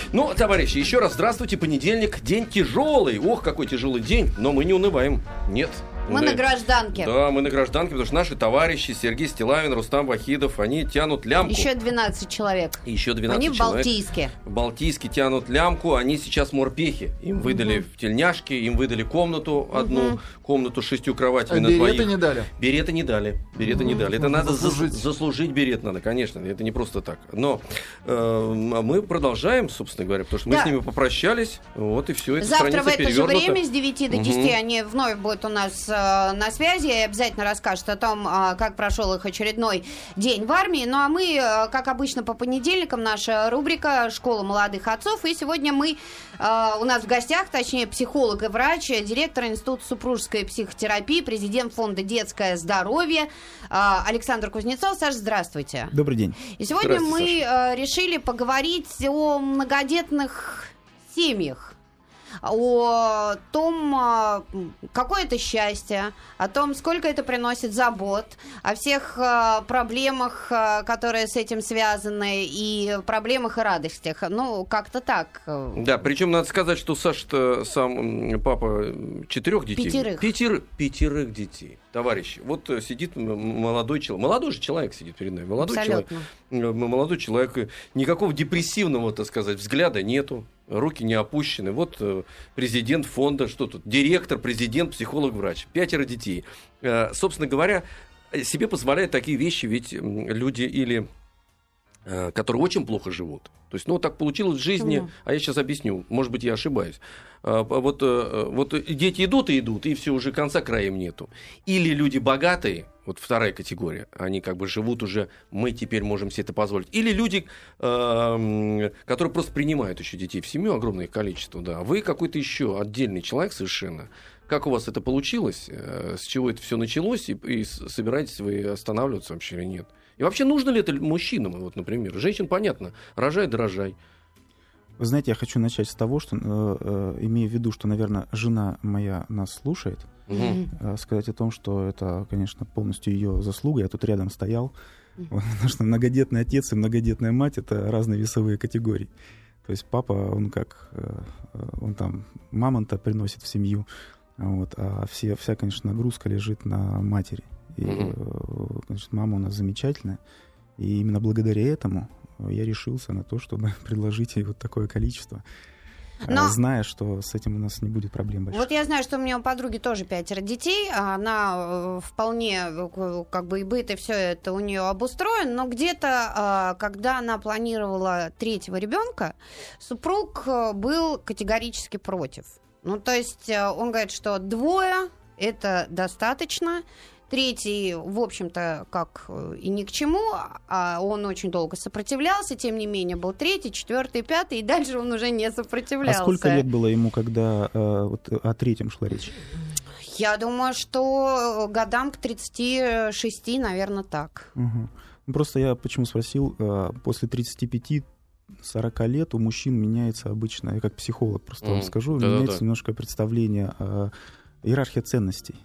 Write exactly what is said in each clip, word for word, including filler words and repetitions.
Ну, товарищи, еще раз здравствуйте. Понедельник, день тяжелый. Ох, какой тяжелый день. Но мы не унываем. Нет. Мы на гражданке. Да, мы на гражданке, потому что наши товарищи Сергей Стиллавин, Рустам Вахидов, они тянут лямку. Еще двенадцать человек. Еще двенадцать они человек. Они в Балтийске. В Балтийске тянут лямку, они сейчас морпехи. Им выдали угу. в тельняшки, им выдали комнату одну, угу. комнату с шестью кроватями а на береты двоих. Береты не дали? Береты не дали. Береты угу. не дали. Это надо заслужить. заслужить берет надо, конечно. Это не просто так. Но э, мы продолжаем, собственно говоря, потому что да. мы с ними попрощались. Вот и все. Это завтра в это перевернута. же время с девяти до десяти угу. они вновь будут у нас э, на связи. И обязательно расскажет о том, как прошел их очередной день в армии. Ну а мы, как обычно, по понедельникам наша рубрика «Школа молодых отцов». И сегодня мы, у нас в гостях, точнее, психолог и врач, директор Института супружеской психотерапии, президент фонда «Детское здоровье» Александр Кузнецов. Саша, здравствуйте. Добрый день. И сегодня мы Саша. решили поговорить о многодетных семьях. О том, какое это счастье, о том, сколько это приносит забот, о всех проблемах, которые с этим связаны, и проблемах и радостях. Ну, как-то так. Да, причем надо сказать, что Саша-то сам папа четырех детей. Пятерых. Пятер... Пятерых детей. Товарищи, вот сидит молодой человек, молодой же человек сидит перед нами, молодой Абсолютно. человек, молодой человек, никакого депрессивного, так сказать, взгляда нету, руки не опущены. Вот президент фонда, что тут, директор, президент, психолог, врач, пятеро детей. Собственно говоря, себе позволяют такие вещи, ведь люди или которые очень плохо живут. То есть, ну, так получилось в жизни, mm. а я сейчас объясню, может быть, я ошибаюсь. Вот, вот дети идут и идут, и все, уже конца краем нету. Или люди богатые, вот вторая категория, они как бы живут уже, мы теперь можем себе это позволить. Или люди, которые просто принимают еще детей в семью, огромное количество, да. Вы какой-то еще отдельный человек совершенно. Как у вас это получилось, с чего это все началось, и, и собираетесь вы останавливаться вообще или нет? И вообще, нужно ли это мужчинам, вот, например? Женщин, понятно, рожай да рожай. Вы знаете, я хочу начать с того, что, э, имея в виду, что, наверное, жена моя нас слушает, угу. э, сказать о том, что это, конечно, полностью ее заслуга. Я тут рядом стоял, угу. потому что многодетный отец и многодетная мать — это разные весовые категории. То есть папа, он как, э, он там мамонта приносит в семью, вот, а все, вся, конечно, нагрузка лежит на матери. И, mm-hmm. значит, мама у нас замечательная. И именно благодаря этому я решился на то, чтобы предложить ей вот такое количество, но, зная, что с этим у нас не будет проблем больших. Вот я знаю, что у меня у подруги тоже пятеро детей. Она вполне, как бы, и быт, и все это у нее обустроено. Но где-то, когда она планировала третьего ребенка, супруг был категорически против. Ну, то есть он говорит, что двое — это достаточно. Третий, в общем-то, как и ни к чему, а он очень долго сопротивлялся, тем не менее был третий, четвертый, пятый, и дальше он уже не сопротивлялся. А сколько лет было ему, когда э, вот, о третьем шла речь? Я думаю, что годам к тридцати шести, наверное, так. Угу. Просто я почему спросил, э, после тридцати пяти сорока лет у мужчин меняется обычно, я как психолог просто mm. вам скажу, да, меняется да, да. немножко представление, э, иерархия ценностей.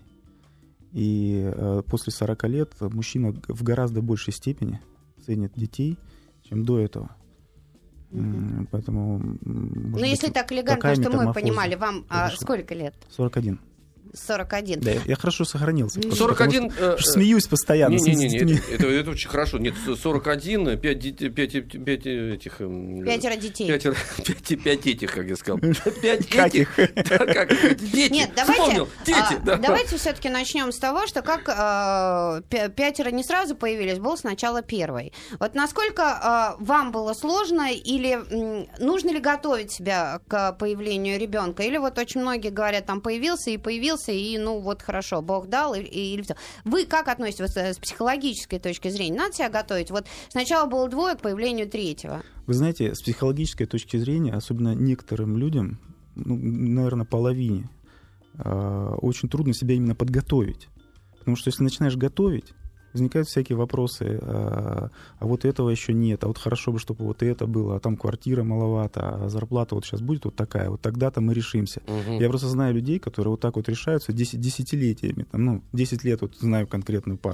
И э, после сорока лет мужчина в гораздо большей степени ценит детей, чем до этого. Mm-hmm. Поэтому... Ну, если так элегантно, что мы понимали, вам а, сколько лет? сорок один. сорок один. Да, я хорошо сохранился. сорок один... Что, э, смеюсь постоянно. Не-не-не, это, это, это очень хорошо. Нет, сорок один, пять этих... Пятеро детей. Пятеро, пять, пять этих, как я сказал. Пять этих. Да, как, дети. Нет, давайте, Вспомнил. Дети, а, да. давайте все-таки начнем с того, что как а, пятеро не сразу появились, был сначала первый. Вот насколько а, вам было сложно, или м, нужно ли готовить себя к появлению ребенка? Или вот очень многие говорят, там появился и появился, и, ну, вот хорошо, Бог дал, и, и, или все. Вы как относитесь вот, с психологической точки зрения? Надо себя готовить? Вот сначала было двое, к появлению третьего. Вы знаете, с психологической точки зрения, особенно некоторым людям, ну, наверное, половине, э, очень трудно себя именно подготовить. Потому что если начинаешь готовить, возникают всякие вопросы, а, а вот этого еще нет, а вот хорошо бы, чтобы вот это было, а там квартира маловато, а зарплата вот сейчас будет вот такая, вот тогда-то мы решимся. Угу. Я просто знаю людей, которые вот так вот решаются десять, десятилетиями, там, ну, десять лет вот знаю конкретную пару.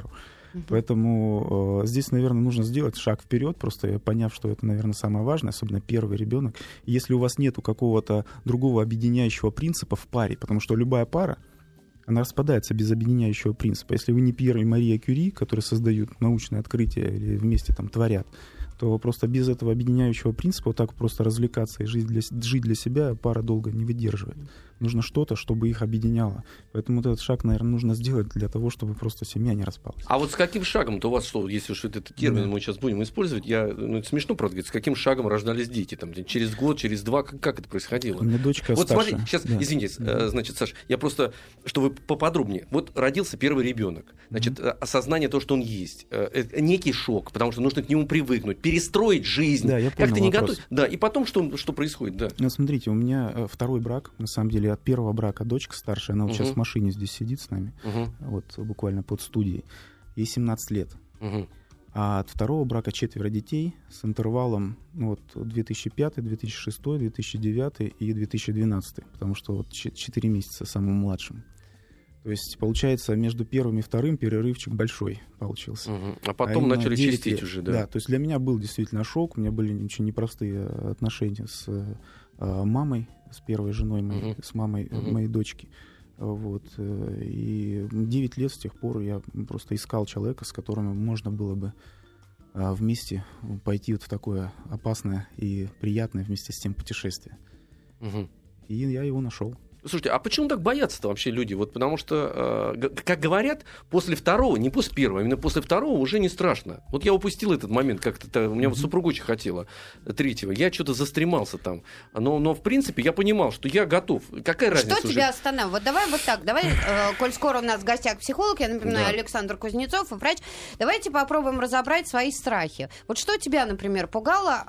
Uh-huh. Поэтому э, здесь, наверное, нужно сделать шаг вперед, просто поняв, что это, наверное, самое важное, особенно первый ребенок. И если у вас нету какого-то другого объединяющего принципа в паре, потому что любая пара, она распадается без объединяющего принципа. Если вы не Пьер и Мария Кюри, которые создают научные открытия или вместе там творят, то просто без этого объединяющего принципа вот так просто развлекаться и жить для, жить для себя пара долго не выдерживает. Нужно что-то, чтобы их объединяло. Поэтому вот этот шаг, наверное, нужно сделать для того, чтобы просто семья не распалась. А вот с каким шагом-то у вас, что, если уж этот термин да. мы сейчас будем использовать, я, ну, это смешно, правда, говорить, с каким шагом рождались дети? Там, через год, через два, как, как это происходило? У меня дочка вот старше. Смотри, сейчас, да. извините, да. значит, Саш, я просто, чтобы поподробнее. Вот родился первый ребенок, значит, mm-hmm. осознание того, что он есть, некий шок, потому что нужно к нему привыкнуть, перестроить жизнь. Да, я понял как-то не вопрос. готов. Да, и потом что, что происходит, да. Ну, смотрите, у меня второй брак, на самом деле, от первого брака дочка старшая, она вот uh-huh. сейчас в машине здесь сидит с нами, uh-huh. вот буквально под студией, ей семнадцать лет. Uh-huh. А от второго брака четверо детей с интервалом ну, вот, две тысячи пятый, две тысячи шестой, две тысячи девятый и две тысячи двенадцатый, потому что вот четыре месяца самым младшим. То есть, получается, между первым и вторым перерывчик большой получился. Uh-huh. А потом а начали чистить уже, да? Да, то есть для меня был действительно шок, у меня были очень непростые отношения с э, мамой, с первой женой моей, uh-huh. с мамой uh-huh. моей дочки. Вот. И девять лет с тех пор я просто искал человека, с которым можно было бы вместе пойти вот в такое опасное и приятное вместе с тем путешествие. Uh-huh. И я его нашел. Слушайте, а почему так боятся-то вообще люди? Вот потому что, э, как говорят, после второго, не после первого, а именно после второго уже не страшно. Вот я упустил этот момент как-то, у меня вот супруга очень хотела третьего, я что-то застремался там. Но, но в принципе я понимал, что я готов. Какая разница? Что уже? тебя останавливает? Вот давай вот так, давай, э, коль скоро у нас в гостях психолог, я напоминаю, да. Александр Кузнецов и врач, давайте попробуем разобрать свои страхи. Вот что тебя, например, пугало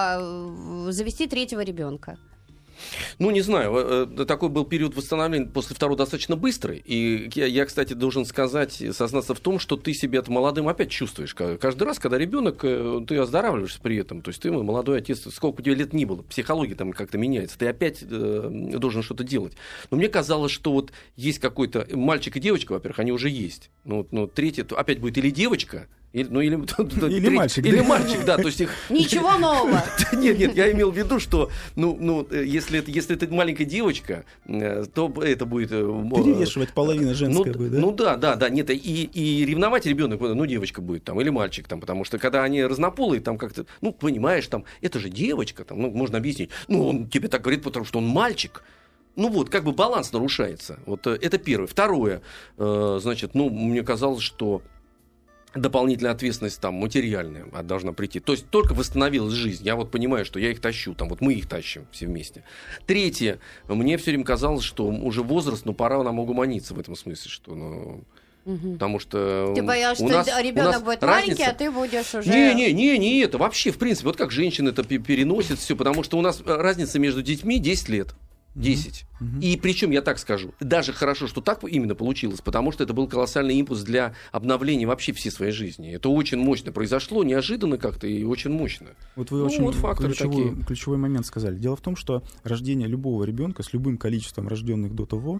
э, завести третьего ребенка? Ну, не знаю, такой был период восстановления после второго достаточно быстрый. И я, я, кстати, должен сказать, сознаться в том, что ты себя молодым опять чувствуешь. Каждый раз, когда ребенок, ты оздоравливаешься при этом. То есть ты молодой отец, сколько тебе лет ни было, психология там как-то меняется. Ты опять э, должен что-то делать. Но мне казалось, что вот есть какой-то мальчик и девочка, во-первых, они уже есть. Ну, ну третье, опять будет или девочка, Или, ну, или, или треть, мальчик. Или да? мальчик, да. То есть их... Ничего нового. Нет, нет, я имел в виду, что ну, ну, если, это, если это маленькая девочка, то это будет... Перевешивать половина женская ну, будет, да? Ну да, да, да. Нет, и, и ревновать ребенок, ну, девочка будет там, или мальчик там, потому что когда они разнополые, там как-то, ну, понимаешь, там, это же девочка, там, ну, можно объяснить. Ну, он тебе так говорит, потому что он мальчик. Ну вот, как бы баланс нарушается. Вот это первое. Второе, значит, ну, мне казалось, что дополнительная ответственность там материальная должна прийти. То есть только восстановилась жизнь. Я вот понимаю, что я их тащу, там вот мы их тащим все вместе. Третье, мне все время казалось, что уже возраст, ну пора нам угомониться в этом смысле, что ну. Угу. Потому что ты боялся, у нас, что ребенок будет разница... маленький, а ты будешь уже... Не, не, не, не это. Вообще, в принципе, вот как женщины это переносят все, потому что у нас разница между детьми десять лет. десять. Uh-huh. И причем, я так скажу, даже хорошо, что так именно получилось, потому что это был колоссальный импульс для обновления вообще всей своей жизни. Это очень мощно произошло, неожиданно как-то и очень мощно. Вот вы ну, очень вот ключевой, ключевой момент сказали. Дело в том, что рождение любого ребенка с любым количеством рожденных до того,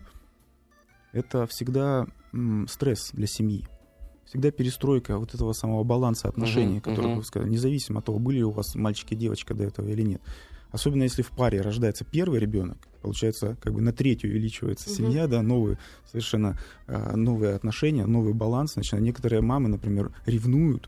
это всегда м, стресс для семьи. Всегда перестройка вот этого самого баланса отношений, uh-huh, который, uh-huh. вы сказали, независимо от того, были ли у вас мальчик и девочка до этого или нет. Особенно если в паре рождается первый ребенок, получается, как бы на третью увеличивается uh-huh. семья, да, новые, совершенно э, новые отношения, новый баланс. Значит, некоторые мамы, например, ревнуют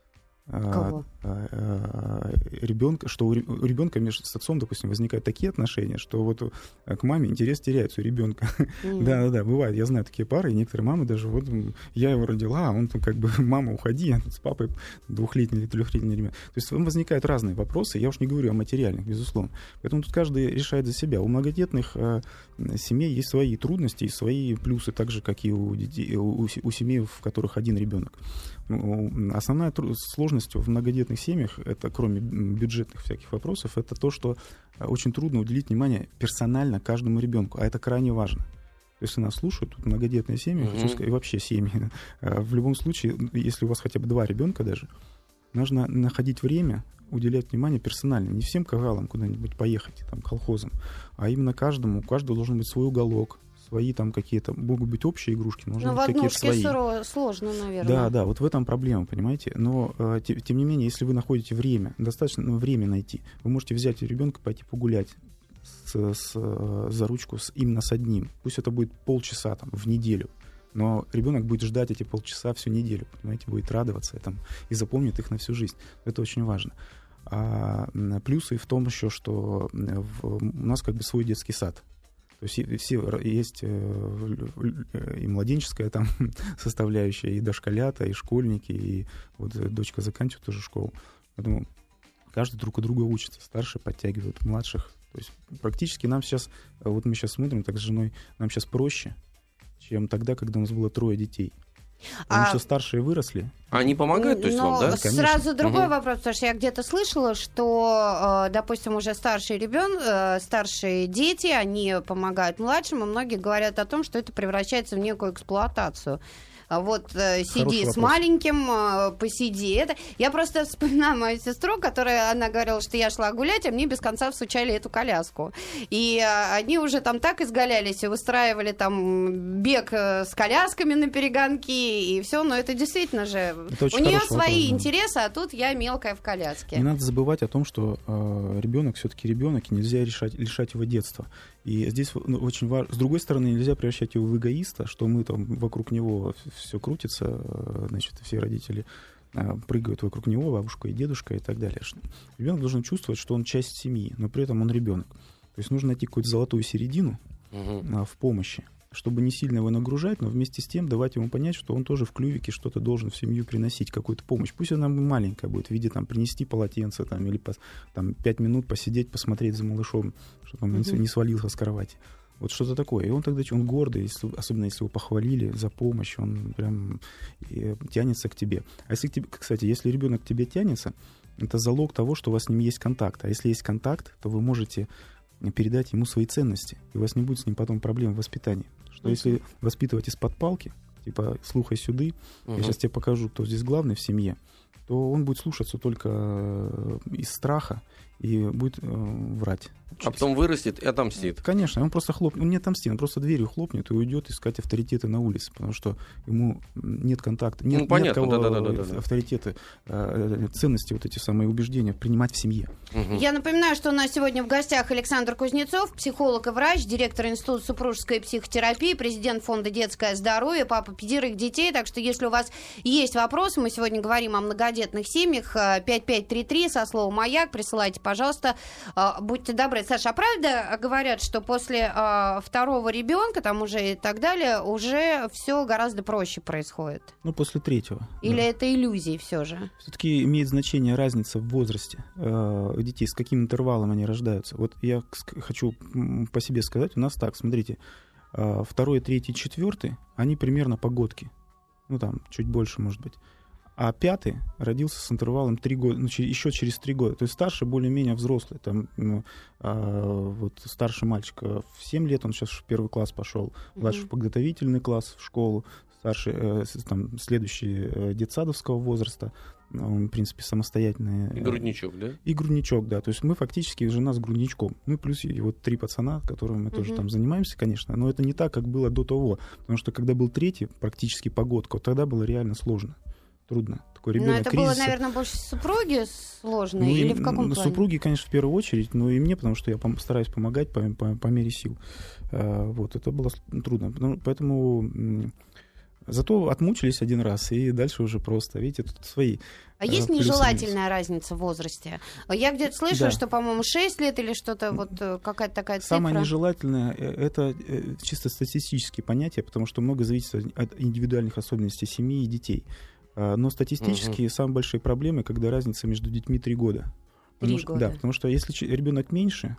Кого? А, а, ребенка, что у ребенка между с отцом, допустим, возникают такие отношения, что вот к маме интерес теряется у ребенка. Mm. Да, да, да, бывает. Я знаю такие пары, и некоторые мамы даже вот я его родила, а он там как бы мама, уходи, а с папой двухлетний или трехлетний ребенок. То есть возникают разные вопросы. Я уж не говорю о материальных, безусловно. Поэтому тут каждый решает за себя. У многодетных а, семей есть свои трудности и свои плюсы, так же, как и у детей, у, у семей, в которых один ребенок. Основная сложность в многодетных семьях, это кроме бюджетных всяких вопросов, это то, что очень трудно уделить внимание персонально каждому ребенку, а это крайне важно. Если нас слушают, тут многодетные семьи, mm-hmm. хочу сказать, и вообще семьи, в любом случае, если у вас хотя бы два ребенка даже, нужно находить время, уделять внимание персонально, не всем кагалам куда-нибудь поехать, там, колхозам, а именно каждому, у каждого должен быть свой уголок, свои там какие-то, могут быть общие игрушки, но ну, быть какие-то свои. Сурово, сложно, наверное. Да, да, вот в этом проблема, понимаете. Но, э, тем, тем не менее, если вы находите время, достаточно ну, время найти, вы можете взять ребенка, пойти погулять с, с, за ручку с, именно с одним. Пусть это будет полчаса там, в неделю. Но ребенок будет ждать эти полчаса всю неделю, понимаете, будет радоваться и, там, и запомнит их на всю жизнь. Это очень важно. А плюсы в том еще, что в, у нас как бы свой детский сад. То есть и, все, есть и младенческая там составляющая, и дошколята, и школьники, и вот дочка заканчивает тоже школу. Поэтому каждый друг у друга учится. Старшие подтягивают младших. То есть практически нам сейчас, вот мы сейчас смотрим так с женой, нам сейчас проще, чем тогда, когда у нас было трое детей. Потому а... что старшие выросли. Они помогают, то есть Но вам, да? Сразу другой угу. вопрос, потому что я где-то слышала, что, допустим, уже старший ребенок, старшие дети, они помогают младшим, и многие говорят о том, что это превращается в некую эксплуатацию. Вот э, сиди с маленьким, э, посиди. Это. Я просто вспоминаю мою сестру, которая, она говорила, что я шла гулять, а мне без конца всучали эту коляску. И э, они уже там так изгалялись и выстраивали там бег э, с колясками на перегонки и все. Но это действительно же... У нее свои вопрос, интересы, да. А тут я мелкая в коляске. Не надо забывать о том, что э, ребенок все-таки ребенок, и нельзя решать, лишать его детства. И здесь ну, очень важно. С другой стороны, нельзя превращать его в эгоиста, что мы там вокруг него все крутится, значит, все родители прыгают вокруг него, бабушка и дедушка и так далее. Ребенок должен чувствовать, что он часть семьи, но при этом он ребенок. То есть нужно найти какую-то золотую середину угу. в помощи, чтобы не сильно его нагружать, но вместе с тем давать ему понять, что он тоже в клювике что-то должен в семью приносить, какую-то помощь. Пусть она маленькая будет, в виде там, принести полотенце там, или там, пять минут посидеть, посмотреть за малышом, чтобы он угу. не свалился с кровати. Вот что-то такое. И он тогда он гордый, если, особенно если его похвалили за помощь, он прям и, тянется к тебе. А если к тебе, кстати, если ребенок к тебе тянется, это залог того, что у вас с ним есть контакт. А если есть контакт, то вы можете передать ему свои ценности, и у вас не будет с ним потом проблем в воспитании. Что uh-huh. если воспитывать из-под палки, типа слухай сюды, uh-huh. я сейчас тебе покажу, кто здесь главный в семье, то он будет слушаться только из страха и будет э, врать. А потом вырастет и отомстит. Конечно, он просто хлопнет, он не отомстит, он просто дверью хлопнет и уйдет искать авторитеты на улице, потому что ему нет контакта, нет, ну, понятно, нет кого да, да, да, да, авторитеты, э, ценности, вот эти самые убеждения принимать в семье. Угу. Я напоминаю, что у нас сегодня в гостях Александр Кузнецов, психолог и врач, директор Института супружеской психотерапии, президент фонда «Детское здоровье», папа пятерых детей. Так что, если у вас есть вопросы, мы сегодня говорим о многодетных семьях, пять пять три три со словом «Маяк», присылайте, пожалуйста, будьте добры. Саша, а правда говорят, что после э, второго ребенка, там уже и так далее, уже все гораздо проще происходит? Ну, после третьего. Или да. это иллюзии все же? Все-таки имеет значение разница в возрасте э, детей, с каким интервалом они рождаются. Вот я хочу по себе сказать, у нас так, смотрите, э, второй, третий, четвертый, они примерно погодки. Ну, там, чуть больше, может быть. А пятый родился с интервалом три года, ну, еще через три года. То есть старший более-менее взрослый. Там, ну, а, вот старший мальчик в семь лет, он сейчас в первый класс пошел, младший mm-hmm. в подготовительный класс в школу, старший, э, там, следующий э, детсадовского возраста. Он, в принципе, самостоятельный. И грудничок, да? И грудничок, да. То есть мы фактически жена с грудничком. Ну и плюс и вот три пацана, которыми мы mm-hmm. тоже там занимаемся, конечно. Но это не так, как было до того. Потому что когда был третий, практически погодка, вот тогда было реально сложно. Трудно. Такой ребенок, но это кризиса. было, наверное, больше супруги сложно, ну, или и, в каком плане? Супруги, конечно, в первую очередь, но и мне, потому что я пом- стараюсь помогать по, по, по мере сил. А, вот, это было трудно. Поэтому м- зато отмучились один раз, и дальше уже просто, видите, тут свои. А есть нежелательная разница в возрасте? Я где-то слышала, да. что, по-моему, шесть лет или что-то, вот какая-то такая цифра. Самое нежелательное — это чисто статистические понятия, потому что много зависит от индивидуальных особенностей семьи и детей. Но статистически угу. самые большие проблемы, когда разница между детьми три года. Три потому, года. Да, потому что если ребенок меньше,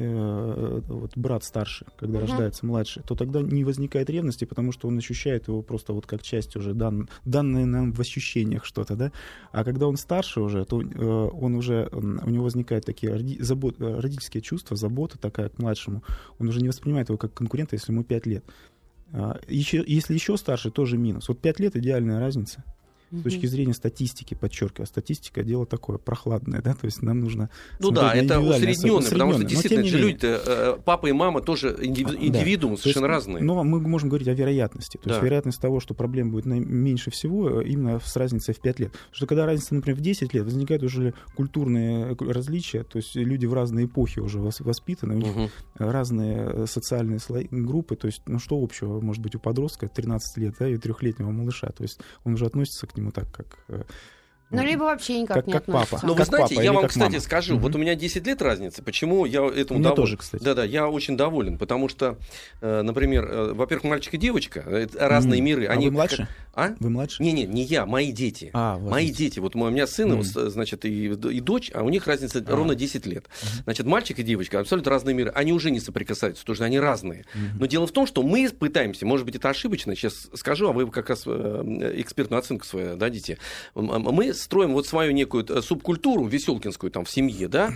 э, вот брат старше, когда угу. рождается младше, то тогда не возникает ревности, потому что он ощущает его просто вот как часть уже дан, данное нам в ощущениях что-то, да. А когда он старше уже, то э, он уже, у него возникают такие роди, забот, родительские чувства, забота такая к младшему. Он уже не воспринимает его как конкурента, если ему пять лет. А, еще, если еще старше, тоже минус. Вот пять лет — идеальная разница. С точки зрения статистики, подчеркиваю, статистика дело такое прохладное, да, то есть нам нужно... Ну да, это усредненное, потому что действительно же люди, папа и мама тоже индивидуумы, да, совершенно есть, разные. Но мы можем говорить о вероятности, то да. есть вероятность того, что проблем будет меньше всего именно с разницей в пять лет. Потому что когда разница, например, в десять лет, возникают уже культурные различия, то есть люди в разные эпохи уже воспитаны, у них угу. разные социальные слои, группы, то есть ну что общего может быть у подростка тринадцать лет, да, и трехлетнего малыша, то есть он уже относится к ему так, как... Ну, либо вообще никак как, не как относится. Папа. Но как вы знаете, папа, я вам, как кстати, мама. скажу, угу. вот у меня десять лет разницы, почему я этому доволен? Тоже, кстати. Да-да, я очень доволен, потому что, например, во-первых, мальчик и девочка, это разные mm. миры. А они вы младше? А? Вы младше? Не-не, не я, мои дети. А, мои дети. дети. Вот у меня сын, mm. значит, и, и дочь, а у них разница а. ровно десять лет. Mm-hmm. Значит, мальчик и девочка, абсолютно разные миры. Они уже не соприкасаются, потому что они разные. Mm-hmm. Но дело в том, что мы пытаемся, может быть, это ошибочно, сейчас скажу, а вы как раз экспертную оценку свою дадите. Мы строим вот свою некую субкультуру, веселкинскую там в семье, да,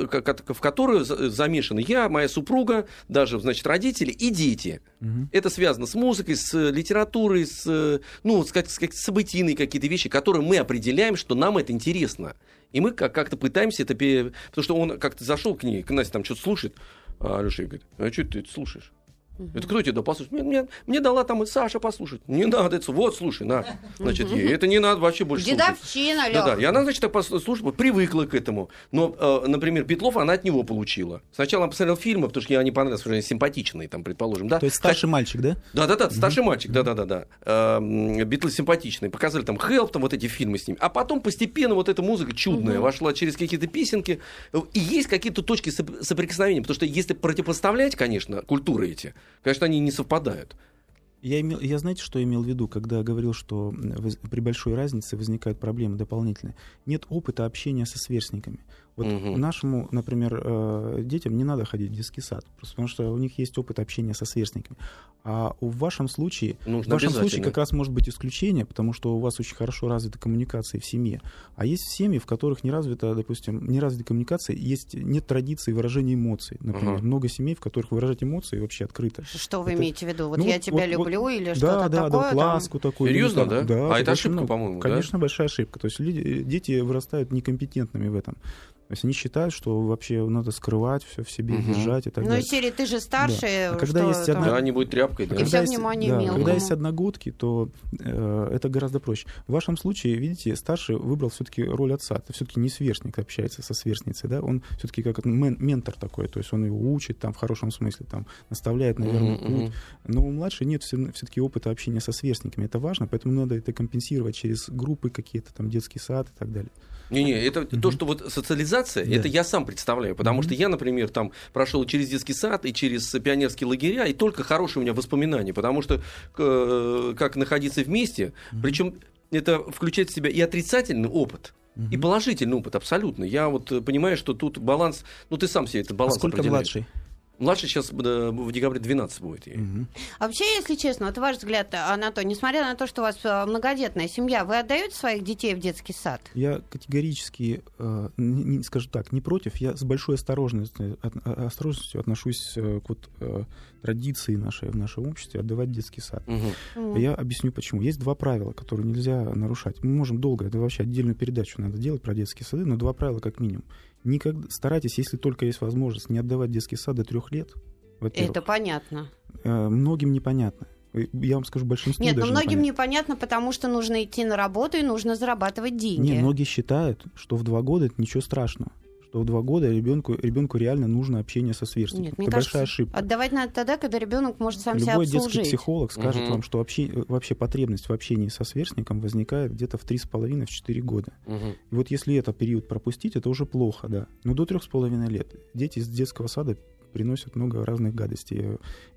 в которую замешаны я, моя супруга, даже, значит, родители и дети. Угу. Это связано с музыкой, с литературой, с, ну, с, с, с событийные какие-то вещи, которые мы определяем, что нам это интересно. И мы как-то пытаемся это... Потому что он как-то зашел к ней, к Насте там что-то слушает, а Алёша говорит, а что ты это слушаешь? Это кто тебе дал послушать? Мне, мне, мне дала там и Саша послушать. Не надо, это вот, слушай, на. Значит, ей это не надо вообще больше слушать. Дедовщина, Лёха. Да-да, и она, значит, так послушала, привыкла к этому. Но, э, например, Петлов она от него получила. Сначала она посмотрела фильмы, потому что ей они понравились, уже симпатичные, там, предположим. Да? То есть старший Хотя... мальчик, да? Да-да-да, старший мальчик, да-да-да. Э, Битлы симпатичные. Показали там Help, там вот эти фильмы с ними. А потом постепенно вот эта музыка чудная вошла через какие-то песенки. И есть какие-то точки соприкосновения. Потому что если противопоставлять, конечно, культуры эти, конечно, они не совпадают. Попадают. Я, имел, я знаете, что имел в виду, когда говорил, что воз, при большой разнице возникают проблемы дополнительные? Нет опыта общения со сверстниками. Вот угу. нашему, например, э, детям не надо ходить в детский сад, просто потому что у них есть опыт общения со сверстниками. А в вашем случае, Нужно в вашем случае как раз может быть исключение, потому что у вас очень хорошо развита коммуникация в семье. А есть семьи, в которых не развита, допустим, не развита коммуникация, есть, нет традиции выражения эмоций. Например, угу. много семей, в которых выражать эмоции вообще открыто. Что вы это... имеете в виду? Вот ну, я тебя вот, люблю вот, или да, что-то да, такое? Да, ласку там... такую. Серьезно, да? да? А это ошибка, много. по-моему, Конечно, да? большая ошибка. То есть люди, дети вырастают некомпетентными в этом. То есть они считают, что вообще надо скрывать все в себе, угу. держать и так ну, далее. Ну, из серии «Ты же старше», да. А когда есть там... одна... Да, не будет тряпкой. Да. И все внимание да, мелкому. Когда есть одногодки, то э, это гораздо проще. В вашем случае, видите, старший выбрал все-таки роль отца. Это все-таки не сверстник общается со сверстницей, да? Он все-таки как мен- ментор такой, то есть он его учит там в хорошем смысле, там наставляет на верный путь. Uh-huh. Но у младшей нет все-таки опыта общения со сверстниками. Это важно, поэтому надо это компенсировать через группы какие-то, там детский сад и так далее. Не-не, это mm-hmm. то, что вот социализация, да. это я сам представляю, потому mm-hmm. что я, например, там прошел через детский сад и через пионерские лагеря, и только хорошие у меня воспоминания, потому что э, как находиться вместе, mm-hmm. причем это включает в себя и отрицательный опыт, mm-hmm. и положительный опыт, абсолютно. Я вот понимаю, что тут баланс, ну ты сам себе этот баланс а сколько определяешь. Младший? Младший сейчас в декабре двенадцать будет ей. Угу. А вообще, если честно, вот ваш взгляд, Анатолий, несмотря на то, что у вас многодетная семья, вы отдаете своих детей в детский сад? Я категорически, не, не скажу так, не против. Я с большой осторожностью, осторожностью отношусь к вот, традиции нашей в нашем обществе отдавать детский сад. Угу. Я объясню почему. Есть два правила, которые нельзя нарушать. Мы можем долго, это вообще отдельную передачу надо делать про детские сады, но два правила как минимум. Никогда, старайтесь, если только есть возможность, не отдавать детский сад до трех лет. Это понятно. Многим непонятно. Я вам скажу, большинству Нет, но даже многим непонятно. непонятно, потому что нужно идти на работу и нужно зарабатывать деньги. Нет, многие считают, что в два года это ничего страшного. Что в два года ребенку, ребенку реально нужно общение со сверстником. Нет, это мне большая кажется, ошибка. Отдавать надо тогда, когда ребенок может сам себя Любой обслужить. детский психолог скажет угу. вам, что вообще, вообще потребность в общении со сверстником возникает где-то в три с половиной - четыре года. Угу. И вот если этот период пропустить, это уже плохо, да. Но до трех с половиной лет дети из детского сада приносят много разных гадостей,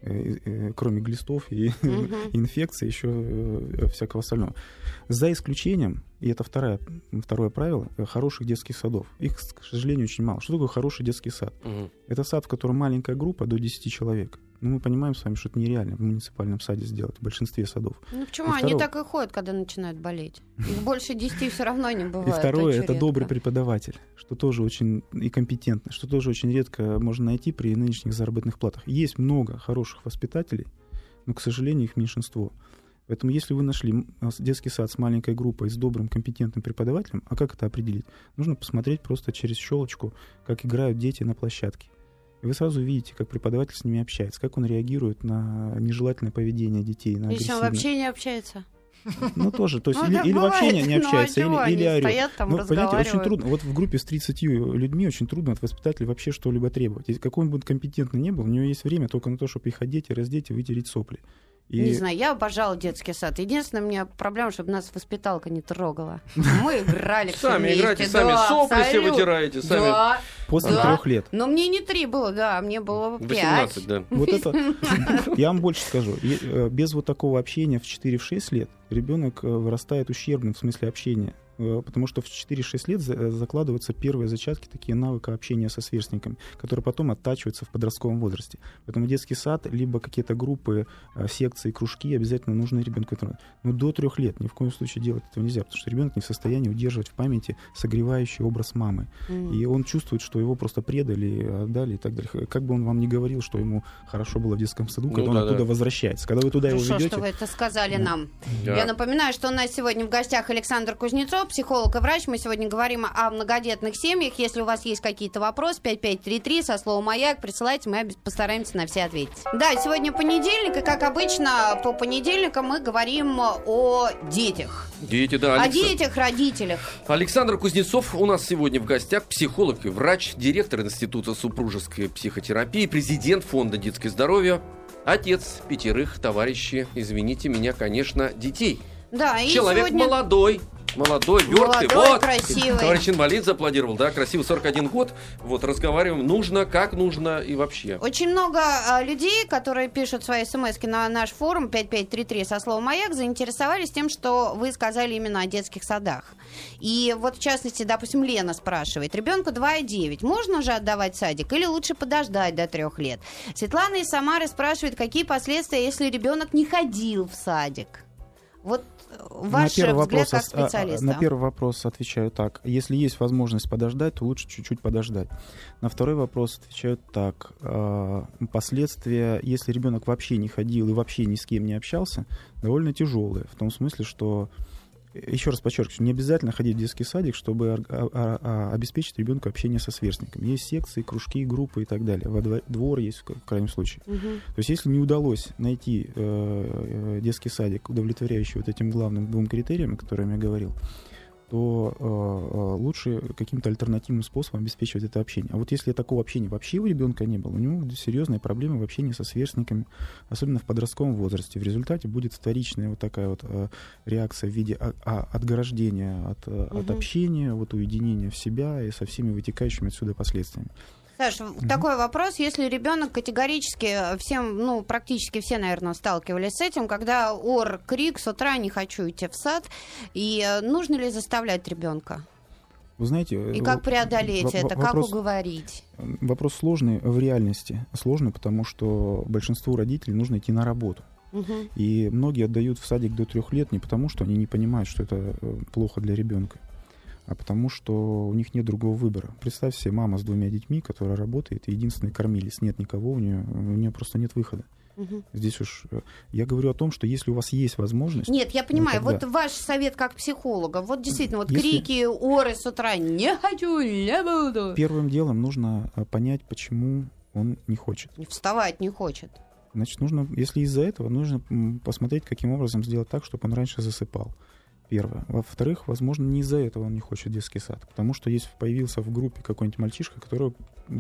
кроме глистов и uh-huh. инфекций, еще всякого остального. За исключением, и это второе, второе правило, хороших детских садов. Их, к сожалению, очень мало. Что такое хороший детский сад? Uh-huh. Это сад, в котором маленькая группа до десяти человек. Ну, мы понимаем с вами, что это нереально в муниципальном саде сделать, в большинстве садов. Ну, почему? И Они второе... так и ходят, когда начинают болеть. Их больше десяти все равно не бывает. И второе, это редко. добрый преподаватель, что тоже очень и компетентно, что тоже очень редко можно найти при нынешних заработных платах. Есть много хороших воспитателей, но, к сожалению, их меньшинство. Поэтому если вы нашли детский сад с маленькой группой, с добрым, компетентным преподавателем, а как это определить? Нужно посмотреть просто через щелочку, как играют дети на площадке. И вы сразу видите, как преподаватель с ними общается, как он реагирует на нежелательное поведение детей, на агрессивное. Если он вообще не общается? Ну, тоже. То есть ну, или, или бывает, вообще не, не общается, ну, а или, или орёт. Стоят, там, ну, понимаете, очень трудно. Вот в группе с тридцатью людьми очень трудно от воспитателя вообще что-либо требовать. Если какой он бы компетентный не был, у него есть время только на то, чтобы их одеть и раздеть и вытереть сопли. И... Не знаю, я обожала детский сад. Единственная у меня проблема, чтобы нас воспиталка не трогала. Мы играли все Сами вместе. играете, сами сопли все вытираете. Сами. После трех лет. Но мне не три было, да, мне было пять. восемнадцать, да. Вот это, я вам больше скажу. Без вот такого общения в четыре-шесть лет ребенок вырастает ущербным в смысле общения. Потому что в четыре-шесть лет закладываются первые зачатки, такие навыка общения со сверстниками, которые потом оттачиваются в подростковом возрасте. Поэтому детский сад, либо какие-то группы, секции, кружки обязательно нужны ребенку. Но до трех лет ни в коем случае делать этого нельзя, потому что ребенок не в состоянии удерживать в памяти согревающий образ мамы. Mm. И он чувствует, что его просто предали, отдали и так далее. Как бы он вам ни говорил, что ему хорошо было в детском саду, когда ну, он да, оттуда да. возвращается. Когда вы туда ну, его что, ведете... что вы это сказали да. нам. Да. Я напоминаю, что у нас сегодня в гостях Александр Кузнецов, психолог и врач. Мы сегодня говорим о многодетных семьях. Если у вас есть какие-то вопросы, пять пять три три со словом «Маяк», присылайте, мы постараемся на все ответить. Да, сегодня понедельник, и, как обычно, по понедельникам мы говорим о детях. Дети, да. Алекс... О детях, родителях. Александр Кузнецов у нас сегодня в гостях, психолог и врач, директор Института супружеской психотерапии, президент Фонда детское здоровье, отец пятерых, товарищи, извините меня, конечно, детей. Да, и человек сегодня... молодой. Молодой, верткий, Молодой, вот, красивый. Товарищ инвалид зааплодировал, да, красивый, сорок один год, вот, разговариваем, нужно, как нужно и вообще. Очень много а, людей, которые пишут свои смски на наш форум пять пять три три со словом «Маяк», заинтересовались тем, что вы сказали именно о детских садах. И вот, в частности, допустим, Лена спрашивает, ребенку два и девять, можно же отдавать в садик или лучше подождать до трех лет? Светлана из Самары спрашивает, какие последствия, если ребенок не ходил в садик? Вот ваш взгляд вопрос, как специалиста. На первый вопрос отвечаю так. Если есть возможность подождать, то лучше чуть-чуть подождать. На второй вопрос отвечаю так. Последствия, если ребенок вообще не ходил и вообще ни с кем не общался, довольно тяжелые. В том смысле, что, еще раз подчеркиваю, не обязательно ходить в детский садик, чтобы обеспечить ребенку общение со сверстниками. Есть секции, кружки, группы и так далее. Во двор есть в крайнем случае. Угу. То есть если не удалось найти э, детский садик, удовлетворяющий вот этим главным двум критериям, о которых я говорил, то э, лучше каким-то альтернативным способом обеспечивать это общение. А вот если такого общения вообще у ребенка не было, у него серьезные проблемы в общении со сверстниками, особенно в подростковом возрасте. В результате будет вторичная вот такая вот э, реакция в виде а, а, отгорождения от, угу. от общения, вот уединения в себя и со всеми вытекающими отсюда последствиями. Саш, mm-hmm. такой вопрос, если ребенок категорически, всем, ну, практически все, наверное, сталкивались с этим, когда ор, крик, с утра не хочу идти в сад, и нужно ли заставлять ребенка? Вы знаете... И как преодолеть в- это, вопрос, как уговорить? Вопрос сложный в реальности. Сложный, потому что большинству родителей нужно идти на работу. Uh-huh. И многие отдают в садик до трех лет не потому, что они не понимают, что это плохо для ребенка, а потому что у них нет другого выбора. Представь себе, мама с двумя детьми, которая работает, и единственный кормилец. Нет никого, у нее, у нее просто нет выхода. Угу. Здесь уж я говорю о том, что если у вас есть возможность... Нет, я понимаю, ну, тогда... вот ваш совет как психолога, вот действительно, вот если... крики, оры с утра, не хочу, не буду. Первым делом нужно понять, почему он не хочет. Вставать не хочет. Значит, нужно, если из-за этого, нужно посмотреть, каким образом сделать так, чтобы он раньше засыпал. Первое. Во-вторых, возможно, не из-за этого он не хочет детский сад, потому что есть появился в группе какой-нибудь мальчишка, который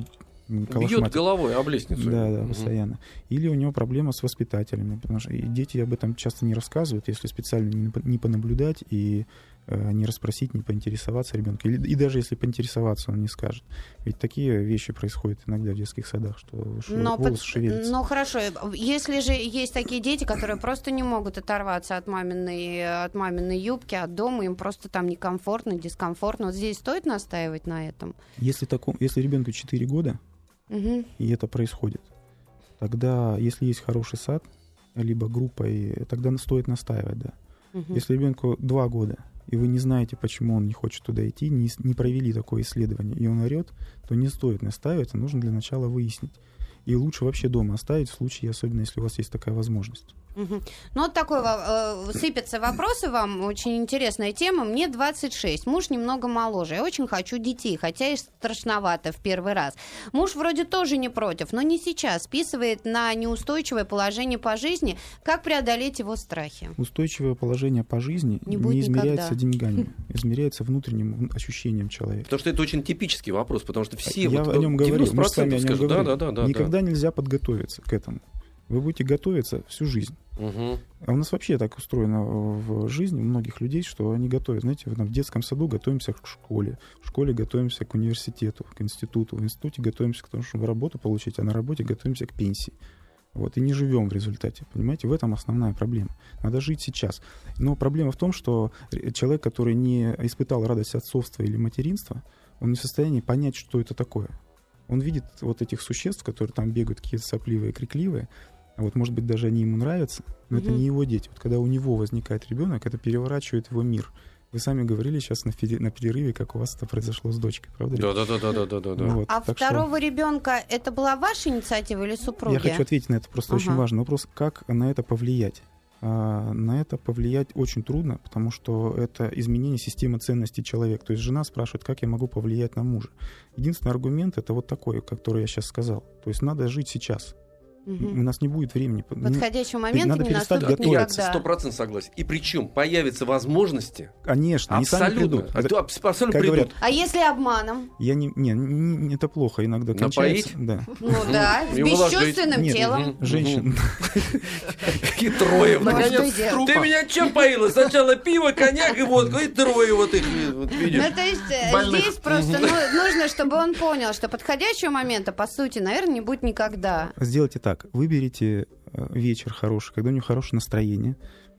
бьет головой об лестницу. Да, да, угу. постоянно. Или у него проблема с воспитателями, потому что и дети об этом часто не рассказывают, если специально не понаблюдать и э, не расспросить, не поинтересоваться ребенка. Или, и даже если поинтересоваться, он не скажет. Ведь такие вещи происходят иногда в детских садах, что но волос под... шевелится. Ну хорошо, если же есть такие дети, которые просто не могут оторваться от маминой, от маминой юбки, от дома, им просто там некомфортно, дискомфортно. Вот здесь стоит настаивать на этом? Если, таком, если ребенку четыре года, угу. и это происходит, тогда, если есть хороший сад, либо группа, и, тогда стоит настаивать, да. Угу. Если ребенку два года, и вы не знаете, почему он не хочет туда идти, не, не провели такое исследование, и он орет, то не стоит настаивать, а нужно для начала выяснить. И лучше вообще дома оставить, в случае, особенно если у вас есть такая возможность. Угу. Ну, вот такой э, сыпятся вопросы вам, очень интересная тема. Мне двадцать шесть, муж немного моложе, я очень хочу детей, хотя и страшновато в первый раз. Муж вроде тоже не против, но не сейчас, списывает на неустойчивое положение по жизни. Как преодолеть его страхи? Устойчивое положение по жизни не, не измеряется никогда деньгами, измеряется внутренним ощущением человека. Потому что это очень типичный вопрос, потому что все... Я вот, о нем говорю, мы с вами о нем скажут, говорим. Да, да, да, Никогда да. нельзя подготовиться к этому. Вы будете готовиться всю жизнь. Угу. А у нас вообще так устроено в жизни у многих людей, что они готовят. Знаете, в детском саду готовимся к школе, в школе готовимся к университету, к институту, в институте готовимся к тому, чтобы работу получить, а на работе готовимся к пенсии. Вот, и не живем в результате. Понимаете, в этом основная проблема. Надо жить сейчас. Но проблема в том, что человек, который не испытал радость отцовства или материнства, он не в состоянии понять, что это такое. Он видит вот этих существ, которые там бегают, какие-то сопливые, крикливые. А вот, может быть, даже они ему нравятся, но mm-hmm. это не его дети. Вот когда у него возникает ребенок, это переворачивает его мир. Вы сами говорили сейчас на, фи- на перерыве, как у вас это произошло с дочкой, правда? Да, да, да, да, да, да, да. Вот, а второго что... ребенка это была ваша инициатива или супруги? Я хочу ответить на это, просто uh-huh. очень важный вопрос, как на это повлиять. А, на это повлиять очень трудно, потому что это изменение системы ценностей человека. То есть жена спрашивает, как я могу повлиять на мужа. Единственный аргумент это вот такой, который я сейчас сказал. То есть надо жить сейчас. Угу. У нас не будет времени. Подходящего момента надо не перестать наступит готовиться. никогда. Сто процентов согласен. И причем появятся возможности. Конечно, они сами придут. А то абсолютно как придут. Говорят, а если обманом? Я не, не, не, это плохо иногда кончается. Напоить? Да. Ну да, с бесчувственным телом. Женщин. И трое. Ты меня чем поила? Сначала пиво, коньяк и водку, и трое вот их. Ну то есть здесь просто нужно, чтобы он понял, что подходящего момента, по сути, наверное, не будет никогда. Сделайте так. Выберите вечер хороший, когда у него хорошее настроение,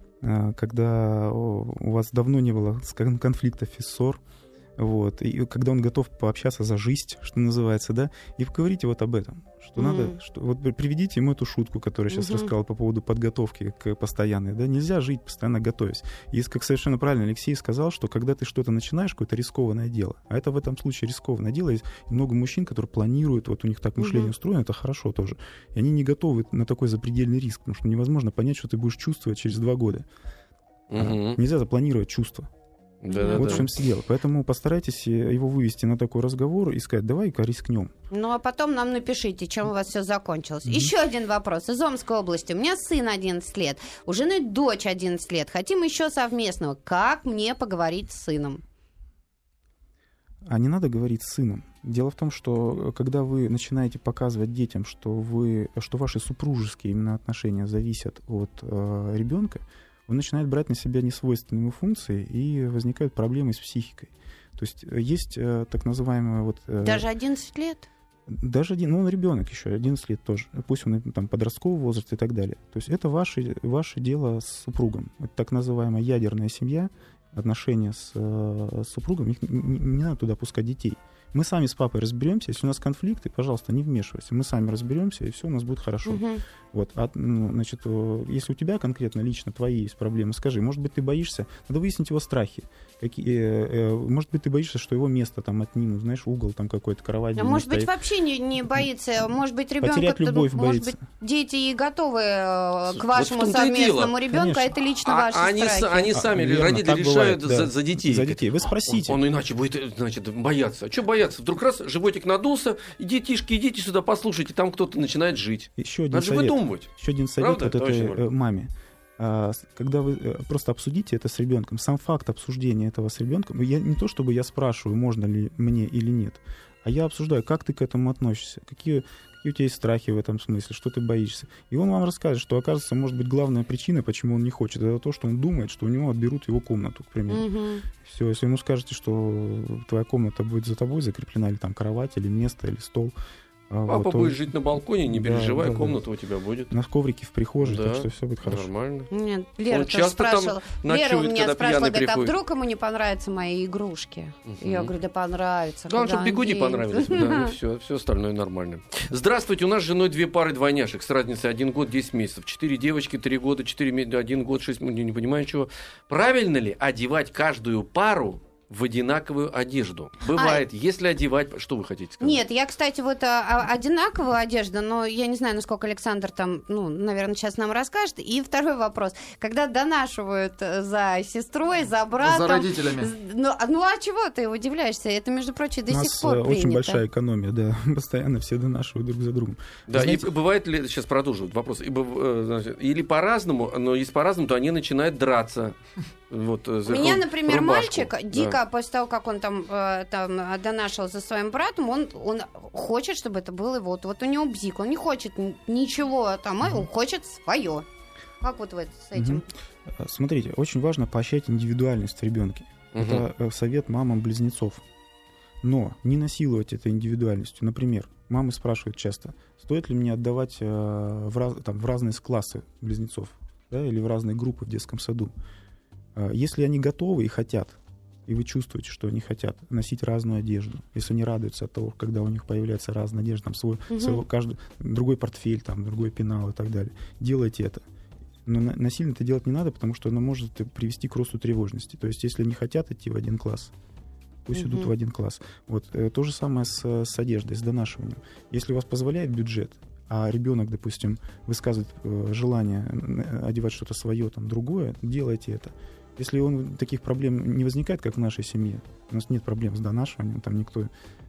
когда у вас давно не было конфликтов и ссор, вот, и когда он готов пообщаться за жизнь, что называется, да, и поговорите вот об этом, что mm. надо, что, вот приведите ему эту шутку, которую я сейчас mm-hmm. рассказал по поводу подготовки к постоянной, да, нельзя жить постоянно готовясь. И как совершенно правильно Алексей сказал, что когда ты что-то начинаешь, какое-то рискованное дело, а это в этом случае рискованное дело, есть много мужчин, которые планируют, вот у них так мышление mm-hmm. устроено, это хорошо тоже, и они не готовы на такой запредельный риск, потому что невозможно понять, что ты будешь чувствовать через два года. Mm-hmm. Нельзя запланировать чувства. Да, вот да, в чем да. дело. Поэтому постарайтесь его вывести на такой разговор и сказать, давай-ка рискнем. Ну, а потом нам напишите, чем у вас все закончилось. Mm-hmm. Еще один вопрос. Из Омской области. У меня сын одиннадцать лет, у жены дочь одиннадцать лет. Хотим еще совместного. Как мне поговорить с сыном? А не надо говорить с сыном. Дело в том, что когда вы начинаете показывать детям, что, вы, что ваши супружеские именно отношения зависят от э, ребенка, он начинает брать на себя несвойственные ему функции, и возникают проблемы с психикой. То есть есть э, так называемая... Вот, э, Даже одиннадцать лет? Даже один, ну он ребенок еще, одиннадцать лет тоже. Пусть он там подростковый возраст и так далее. То есть это ваше, ваше дело с супругом. Это так называемая ядерная семья, отношения с, э, с супругом. Их не, не надо туда пускать детей. Мы сами с папой разберемся. Если у нас конфликты, пожалуйста, не вмешивайся. Мы сами разберемся, и все у нас будет хорошо. Uh-huh. Вот. А, ну, значит, если у тебя конкретно лично твои есть проблемы, скажи, может быть, ты боишься, надо выяснить его страхи. Какие, э, э, может быть, ты боишься, что его место там отнимут, знаешь, угол там какой-то, кровать. А может быть, вообще не, не боится. Может быть, ребенок, потерять любовь может боится. быть, дети и готовы к вашему вот совместному ребенку, а это лично а, ваши они, страхи. Они сами, а, верно, родители, решают бывает, да. за, за детей. За детей. Вы спросите. Он, он иначе будет, значит, бояться. А что бояться? Вдруг раз животик надулся, и детишки, идите сюда, послушайте, там кто-то начинает жить. Еще один Надо совет. же выдумывать. Еще один совет Правда? вот Это этой маме. Когда вы просто обсудите это с ребенком, сам факт обсуждения этого с ребенком, я не то чтобы я спрашиваю, можно ли мне или нет, а я обсуждаю, как ты к этому относишься, какие, какие у тебя есть страхи в этом смысле, что ты боишься. И он вам расскажет, что, оказывается, может быть, главная причина, почему он не хочет, это то, что он думает, что у него отберут его комнату, к примеру. Mm-hmm. Все, если ему скажете, что твоя комната будет за тобой закреплена, или там кровать, или место, или стол. Папа вот будет он... жить на балконе, не да, переживай, да, комната да. у тебя будет. На коврике в прихожей, да, так что все будет хорошо. Нормально. Нет, Лера он часто спрашивала. там Лера у меня спрашивала, говорит, а приходит. вдруг ему не понравятся мои игрушки? Uh-huh. Я говорю, да понравится. Главное, чтобы бегуди понравились. Да, все, все остальное нормально. Здравствуйте, у нас с женой две пары двойняшек с разницей один год, десять месяцев. Четыре девочки, три года, четыре, один год, шесть, не понимаю чего. Правильно ли одевать каждую пару в одинаковую одежду. Бывает, а... если одевать... Что вы хотите сказать? Нет, я, кстати, вот а, одинаковую одежду, но я не знаю, насколько Александр там, ну, наверное, сейчас нам расскажет. И второй вопрос. Когда донашивают за сестрой, за братом... За родителями. Ну, ну а чего ты удивляешься? Это, между прочим, до У нас сих пор очень принято. большая экономия, да. Постоянно все донашивают друг за другом. Да, знаете... и бывает ли... Сейчас продолжу вопрос. Или по-разному, но если по-разному, то они начинают драться. Вот, У меня, например, рубашку. мальчик дико, да. после того, как он там, э, там донашивал за своим братом, он, он хочет, чтобы это было вот, вот у него бзик, он не хочет ничего там, mm-hmm. он хочет свое. Как вот вы с этим? Mm-hmm. Смотрите, очень важно поощрять индивидуальность в ребенке. Mm-hmm. Это совет мамам близнецов. Но не насиловать этой индивидуальностью. Например, мамы спрашивают часто, стоит ли мне отдавать э, в, раз, там, в разные классы близнецов, да, или в разные группы в детском саду. Если они готовы и хотят, и вы чувствуете, что они хотят носить разную одежду, если они радуются от того, когда у них появляется разная одежда, там свой, угу. свой каждый, другой портфель, там, другой пенал и так далее, делайте это. Но насильно это делать не надо, потому что оно может привести к росту тревожности. То есть если они хотят идти в один класс, пусть угу. идут в один класс. Вот. То же самое с, с одеждой, с донашиванием. Если у вас позволяет бюджет, а ребенок, допустим, высказывает желание одевать что-то свое, там, другое, делайте это. Если он, таких проблем не возникает, как в нашей семье, у нас нет проблем с донашиванием, там никто,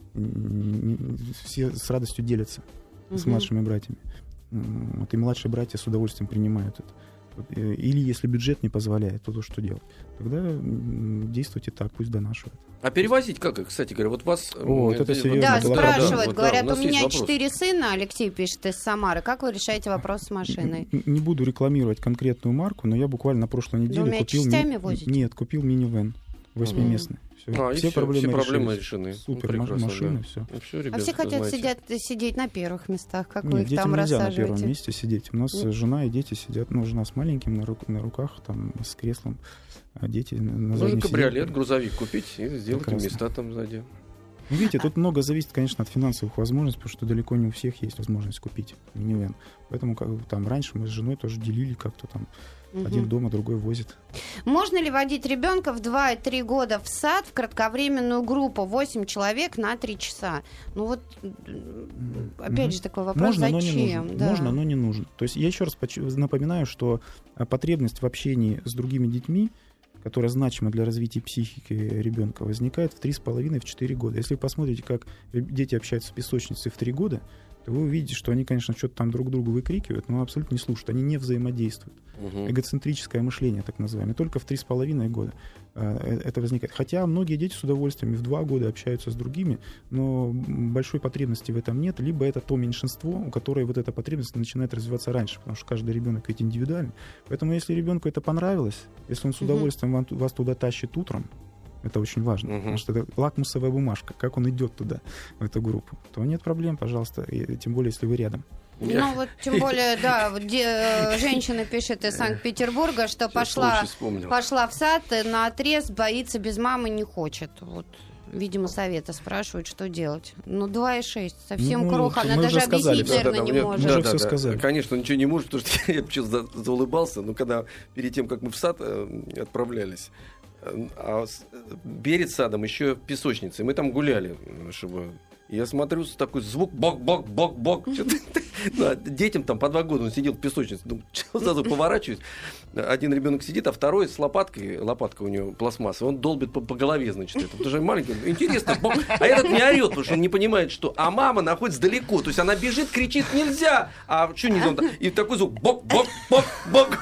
не, все с радостью делятся угу. с младшими братьями. Вот, и младшие братья с удовольствием принимают это. Вот, или если бюджет не позволяет, то, то что делать? Тогда действуйте так, пусть донашивают. А перевозить как, кстати говоря, вот вас... О, вот это серьезно. Да, было спрашивают, вот, говорят, да, у, у меня четыре сына, Алексей пишет из Самары. Как вы решаете вопрос с машиной? Не, не буду рекламировать конкретную марку, но я буквально на прошлой неделе Вы купил... частями ми... возите? Нет, купил минивэн восьмиместный. Все, а, все, все проблемы, все проблемы решены. решены. Супер, ну, машина, да. все. Ну, все ребята, а все хотят сидеть, сидеть на первых местах, как Нет, вы их детям там нельзя рассаживаете? на первом месте сидеть. У нас Нет. жена и дети сидят, ну, жена с маленьким на, рук, на руках, там, с креслом, а дети на, на Можно заднем кабриолет, сиденье. грузовик купить и сделать им Прекрасно. места там сзади. Ну, видите, тут много зависит, конечно, от финансовых возможностей, потому что далеко не у всех есть возможность купить минивэн. Поэтому как, там раньше мы с женой тоже делили как-то там. Угу. Один дома, другой возит. Можно ли водить ребенка в два-три года в сад в кратковременную группу восемь человек на три часа? Ну вот, опять угу. же такой вопрос, можно, зачем? Но не нужно. Да. Можно, но не нужно. То есть я еще раз напоминаю, что потребность в общении с другими детьми, которая значима для развития психики ребенка, возникает в три с половиной - четыре года. Если вы посмотрите, как дети общаются в песочнице в три года, то вы увидите, что они, конечно, что-то там друг другу выкрикивают, но абсолютно не слушают, они не взаимодействуют. Угу. Эгоцентрическое мышление, так называемое. Только в три с половиной года э, это возникает. Хотя многие дети с удовольствием и в два года общаются с другими, но большой потребности в этом нет, либо это то меньшинство, у которого вот эта потребность начинает развиваться раньше, потому что каждый ребенок ведь индивидуальный. Поэтому если ребенку это понравилось, если он с удовольствием угу. вас туда тащит утром, это очень важно, угу. потому что это лакмусовая бумажка, как он идет туда, в эту группу, то нет проблем, пожалуйста, и, тем более, если вы рядом. Ну вот, тем более, да, де, женщина пишет из Санкт-Петербурга, что пошла, пошла в сад, на отрез, боится, без мамы не хочет. Вот, видимо, совета спрашивают, что делать. Ну, два и шесть, совсем ну, кроха, она даже объяснить, наверное, да, да, не да, может. Да, да, да, да. Конечно, ничего не может, потому что я почему-то за, заулыбался, но когда перед тем, как мы в сад э, отправлялись, а перед садом еще песочница, и мы там гуляли, чтобы... Я смотрю, такой звук, бок-бок-бок-бок. Ну, детям там по два года он сидел в песочнице. Думаю, что сразу поворачиваюсь. Один ребенок сидит, а второй с лопаткой, лопатка у него пластмассовая, он долбит по, по голове, значит, это. Потому что маленький, интересно, бок. А этот не орет, потому что он не понимает, что. А мама находится далеко. То есть она бежит, кричит, нельзя. А что нельзя? И такой звук, бок-бок-бок-бок.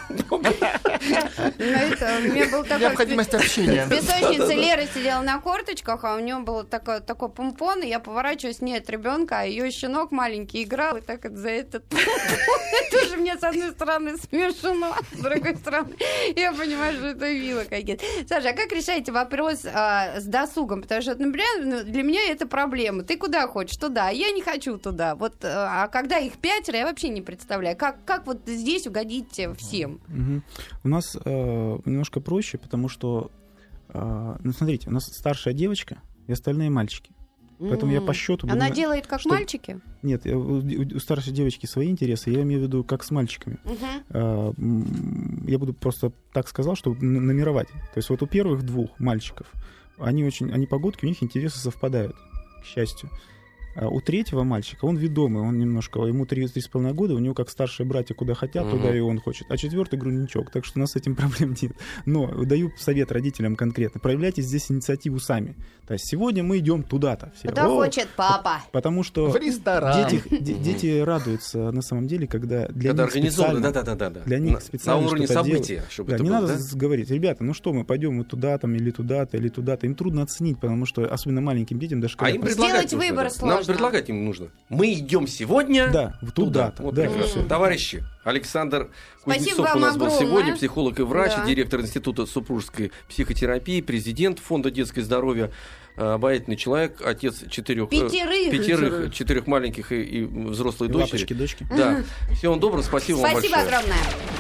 Необходимость общения. В песочнице Лера сидела на корточках, а у нее был такой помпон, и я поворачиваюсь, нет ребенка, а ее щенок маленький играл, и так за этот тоже мне с одной стороны смешно, с другой стороны я понимаю, что это мило какие-то. Саша, а как решаете вопрос а, с досугом? Потому что, например, для меня это проблема. Ты куда хочешь? Туда. Я не хочу туда. Вот, а когда их пятеро, я вообще не представляю. Как, как вот здесь угодить всем? Угу. У нас э, немножко проще, потому что, э, ну, смотрите, у нас старшая девочка и остальные мальчики. Поэтому mm. я по счету... Она буду... делает как что... мальчики? Нет, у старшей девочки свои интересы, я имею в виду как с мальчиками. Uh-huh. Я буду просто так сказал, чтобы номеровать. То есть вот у первых двух мальчиков они очень, они погодки, у них интересы совпадают, к счастью. А у третьего мальчика, он ведомый, он немножко, ему три с половиной года, у него как старшие братья куда хотят, угу. туда и он хочет. А четвертый грудничок, так что у нас с этим проблем нет. Но даю совет родителям конкретно, проявляйте здесь инициативу сами. То есть сегодня мы идем туда-то. Все. Куда О, хочет папа. Потому что в ресторан. Дети, де, дети радуются на самом деле, когда для когда них специально, да, да, да, да, да. для них на, специально на уровне события, делают. чтобы да, это не было, надо да? говорить, ребята, ну что, мы пойдем вот туда там или туда-то или туда-то. Им трудно оценить, потому что особенно маленьким детям даже а им предлагать сделать нужно, выбор да. сложно. Нам предлагать им нужно. Мы идем сегодня да, туда-то. Вот да, прекрасно. Товарищи, Александр Спасибо Кузнецов у нас был огромное. сегодня, психолог и врач, да. директор Института супружеской психотерапии, президент Фонда детское здоровье, обаятельный человек, отец четырех, пятерых, пятерых четырех маленьких и, и взрослой и дочери. лапочки, дочки. Да. Всего вам доброго, спасибо, спасибо вам большое. Спасибо огромное.